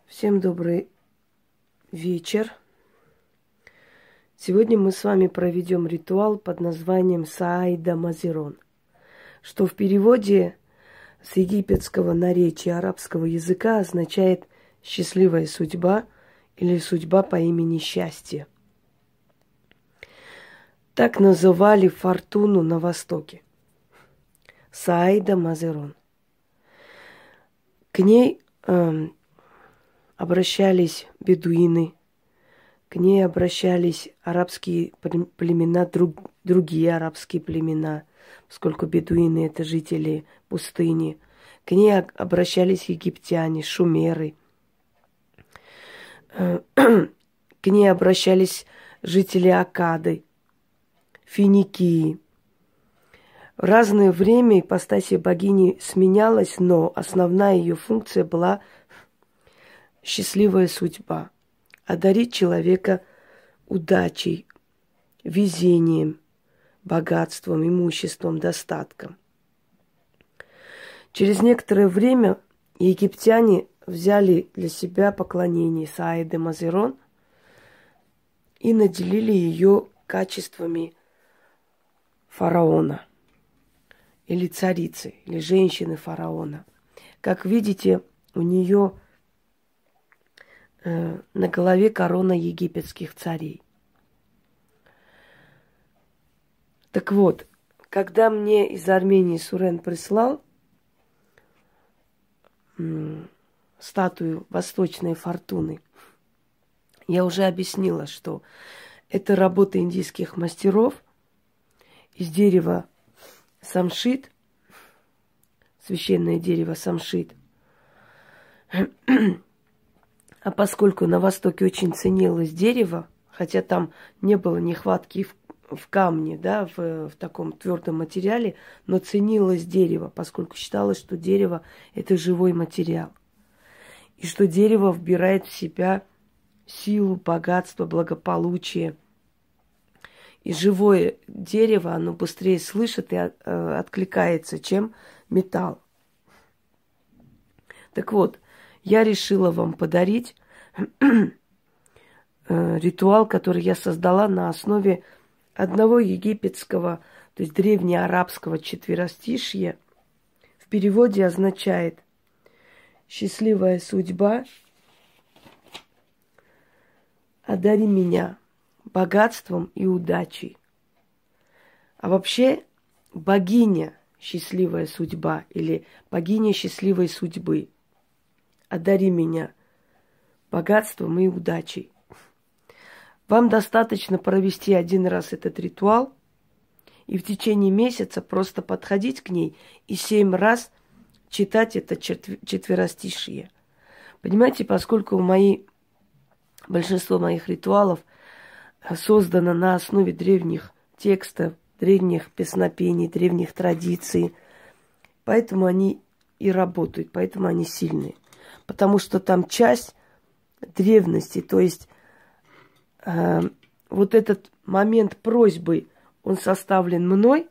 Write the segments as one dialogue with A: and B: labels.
A: Всем добрый вечер. Сегодня мы с вами проведем ритуал под названием Сааида Мазерон, что в переводе с египетского наречия арабского языка означает «счастливая судьба» или «судьба по имени счастье». Так называли фортуну на Востоке. Сааида Мазерон. К ней обращались бедуины, к ней обращались арабские племена, другие арабские племена, поскольку бедуины – это жители пустыни. К ней обращались египтяне, шумеры. К ней обращались жители Аккады, Финикии. В разное время ипостась богини сменялась, но основная ее функция была счастливая судьба. Одарить человека удачей, везением, богатством, имуществом, достатком. Через некоторое время египтяне взяли для себя поклонение Сааиды Мазерон и наделили ее качествами фараона или царицы, или женщины фараона. Как видите, у нее на голове корона египетских царей. Так вот, когда мне из Армении Сурен прислал статую Восточной Фортуны, я уже объяснила, что это работа индийских мастеров из дерева самшит, священное дерево самшит. А поскольку на Востоке очень ценилось дерево, хотя там не было нехватки в камне, да, в таком твердом материале, но ценилось дерево, поскольку считалось, что дерево – это живой материал. И что дерево вбирает в себя силу, богатство, благополучие. И живое дерево, оно быстрее слышит и откликается, чем металл. Так вот, я решила вам подарить ритуал, который я создала на основе одного египетского, то есть древнеарабского четверостишья. В переводе означает «счастливая судьба, одари меня богатством и удачей». А вообще богиня счастливая судьба или богиня счастливой судьбы, одари меня богатством и удачей. Вам достаточно провести один раз этот ритуал и в течение месяца просто подходить к ней и 7 раз читать это четверостишие. Понимаете, поскольку большинство моих ритуалов создано на основе древних текстов, древних песнопений, древних традиций, поэтому они и работают, поэтому они сильные. Потому что там часть древности, то есть вот этот момент просьбы, он составлен мной,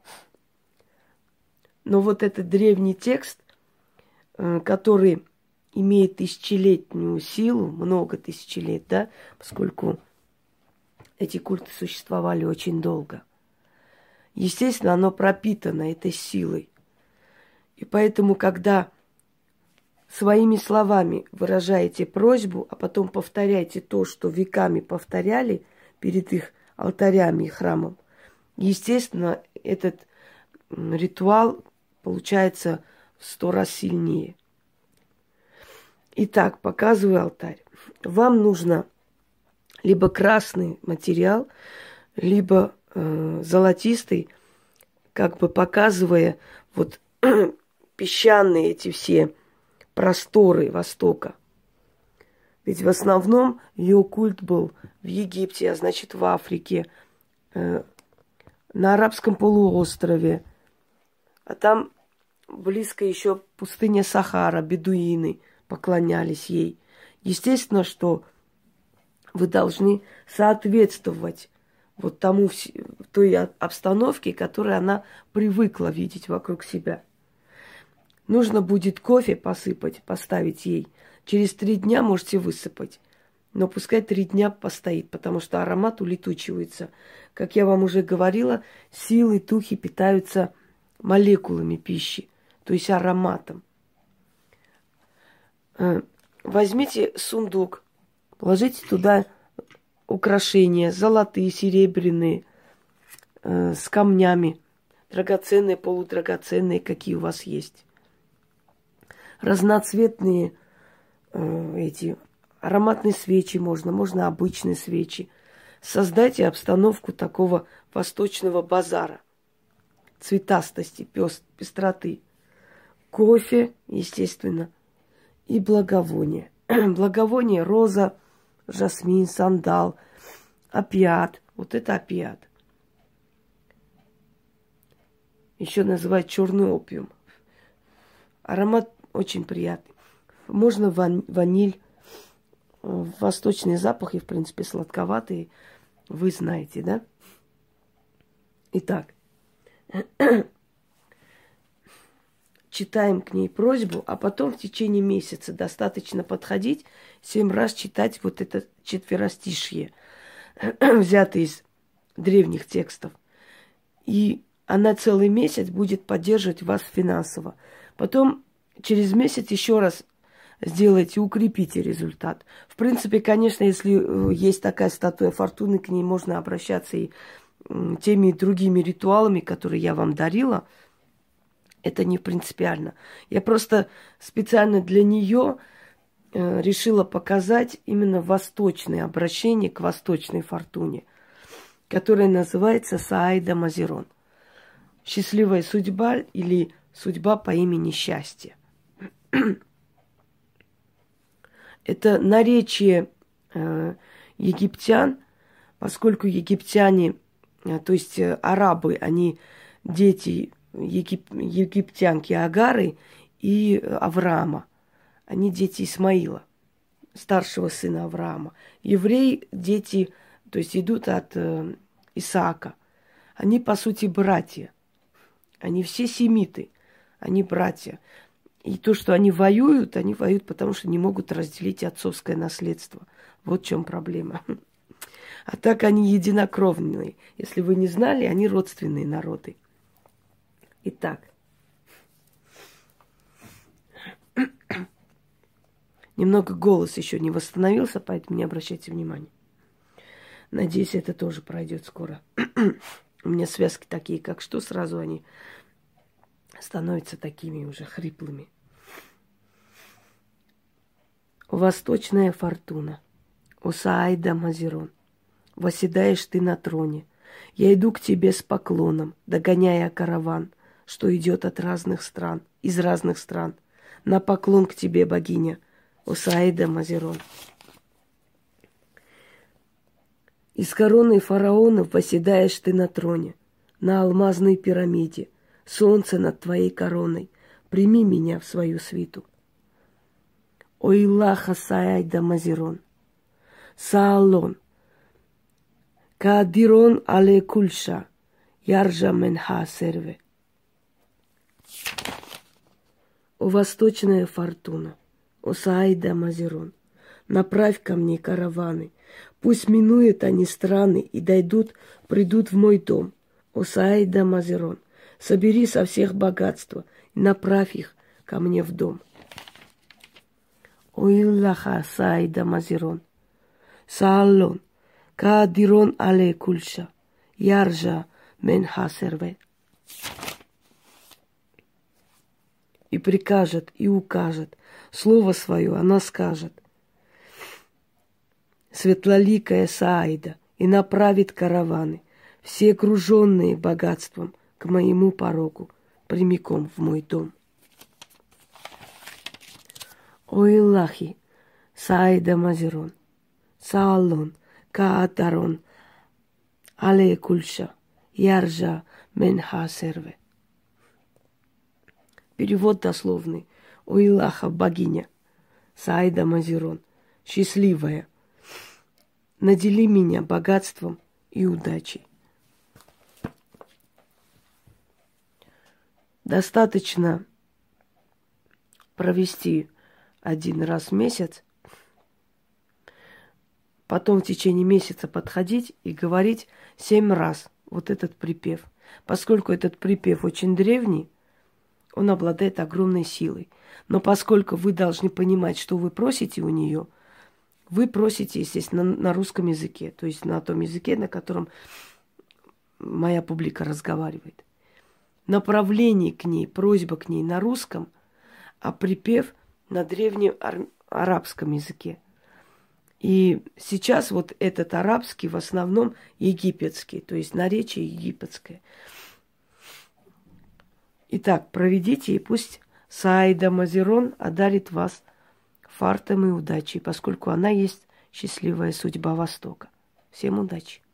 A: но вот этот древний текст, который имеет тысячелетнюю силу, много тысяч лет, да, поскольку эти культы существовали очень долго. Естественно, оно пропитано этой силой. И поэтому, когда своими словами выражаете просьбу, а потом повторяете то, что веками повторяли перед их алтарями и храмом, естественно, этот ритуал получается в 100 раз сильнее. Итак, показываю алтарь. Вам нужно либо красный материал, либо золотистый, как бы показывая вот песчаные эти все просторы Востока. Ведь в основном ее культ был в Египте, а значит в Африке, на Арабском полуострове. А там близко еще пустыня Сахара, бедуины поклонялись ей. Естественно, что вы должны соответствовать вот тому, той обстановке, которую она привыкла видеть вокруг себя. Нужно будет кофе посыпать, поставить ей. Через 3 дня можете высыпать. Но пускай 3 дня постоит, потому что аромат улетучивается. Как я вам уже говорила, силы, духи питаются молекулами пищи, то есть ароматом. Возьмите сундук, положите туда украшения, золотые, серебряные, с камнями, драгоценные, полудрагоценные, какие у вас есть. Разноцветные эти ароматные свечи можно обычные свечи. Создайте обстановку такого восточного базара. Цветастости, пестроты. Кофе, естественно, и благовония. Благовоние, роза, жасмин, сандал, опиат. Вот это опиат. Еще называют черный опиум. Аромат очень приятный. Можно ваниль. Восточные запахи, в принципе, сладковатые. Вы знаете, да? Итак, читаем к ней просьбу, а потом в течение месяца достаточно подходить, 7 раз читать вот это четверостишье, взятое из древних текстов. И она целый месяц будет поддерживать вас финансово. Потом через месяц еще раз сделайте, укрепите результат. В принципе, конечно, если есть такая статуя фортуны, к ней можно обращаться и теми другими ритуалами, которые я вам дарила. Это не принципиально. Я просто специально для нее решила показать именно восточное обращение к восточной фортуне, которое называется Сааида Мазерон. Счастливая судьба или судьба по имени Счастье. Это наречие египтян, поскольку египтяне, то есть арабы, они дети египтянки Агары и Авраама. Они дети Исмаила, старшего сына Авраама. Евреи дети, то есть идут от Исаака. Они, по сути, братья. Они все семиты, они братья. И то, что они воюют, потому что не могут разделить отцовское наследство. Вот в чем проблема. А так они единокровные. Если вы не знали, они родственные народы. Итак. Немного голос еще не восстановился, поэтому не обращайте внимания. Надеюсь, это тоже пройдет скоро. У меня связки такие, как что, сразу они становятся такими уже хриплыми. Восточная фортуна. О Сааида Мазерон. Восседаешь ты на троне. Я иду к тебе с поклоном, догоняя караван, что идет от разных стран, из разных стран. На поклон к тебе, богиня, о Сааида Мазерон. Из короны фараонов восседаешь ты на троне, на алмазной пирамиде. Солнце над твоей короной, прими меня в свою свиту. О Илаха Сааида Мазерон, Саалон, Каадирон але кульша, яржа менха серве. О восточная фортуна, о Сааида Мазерон, направь ко мне караваны, пусть минуют они страны и придут в мой дом. О Сааида Мазерон, собери со всех богатства и направь их ко мне в дом. О Иллаха Сааида Мазерон, Саалон, Каадирон але кульша, яржа менха серве. И прикажет, и укажет, слово свое она скажет. Светлоликая Сааида, и направит караваны, все окруженные богатством, к моему порогу, прямиком в мой дом. О Иллахи, Сааида Мазерон, Саалон, Каатарон, але кульша, яржа менха серве. Перевод дословный. О Илаха, богиня, Сааида Мазерон, счастливая, надели меня богатством и удачей. Достаточно провести 1 раз в месяц, потом в течение месяца подходить и говорить 7 раз вот этот припев. Поскольку этот припев очень древний, он обладает огромной силой. Но поскольку вы должны понимать, что вы просите у нее, вы просите, естественно, на русском языке, то есть на том языке, на котором моя публика разговаривает. Направление к ней, просьба к ней на русском, а припев на древнем арабском языке. И сейчас вот этот арабский в основном египетский, то есть наречие египетское. Итак, проведите, и пусть Саида Мазерон одарит вас фартом и удачей, поскольку она есть счастливая судьба Востока. Всем удачи!